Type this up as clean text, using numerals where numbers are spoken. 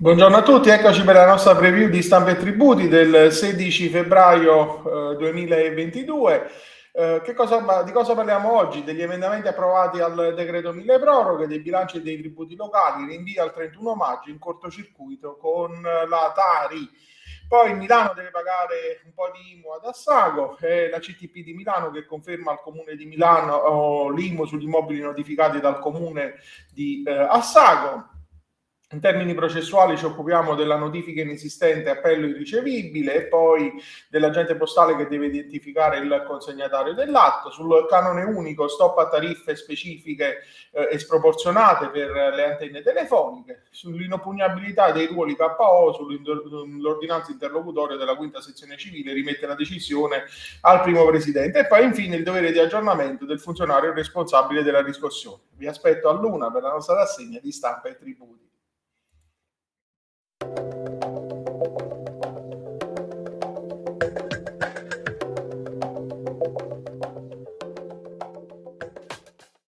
Buongiorno a tutti, eccoci per la nostra preview di Stampa e Tributi del 16 febbraio 2022. Di cosa parliamo oggi? Degli emendamenti approvati al decreto mille proroghe, dei bilanci e dei tributi locali, rinvio al 31 maggio in cortocircuito con la Tari. Poi Milano deve pagare un po' di IMU ad Assago, la CTP di Milano che conferma al Comune di Milano l'IMU sugli immobili notificati dal Comune di Assago. In termini processuali ci occupiamo della notifica inesistente appello irricevibile e poi dell'agente postale che deve identificare il consegnatario dell'atto. Sul canone unico stop a tariffe specifiche e sproporzionate per le antenne telefoniche, sull'inoppugnabilità dei ruoli KO, sull'ordinanza interlocutoria della quinta sezione civile rimette la decisione al primo presidente e poi infine il dovere di aggiornamento del funzionario responsabile della riscossione. Vi aspetto all'una per la nostra rassegna di Stampa e Tributi.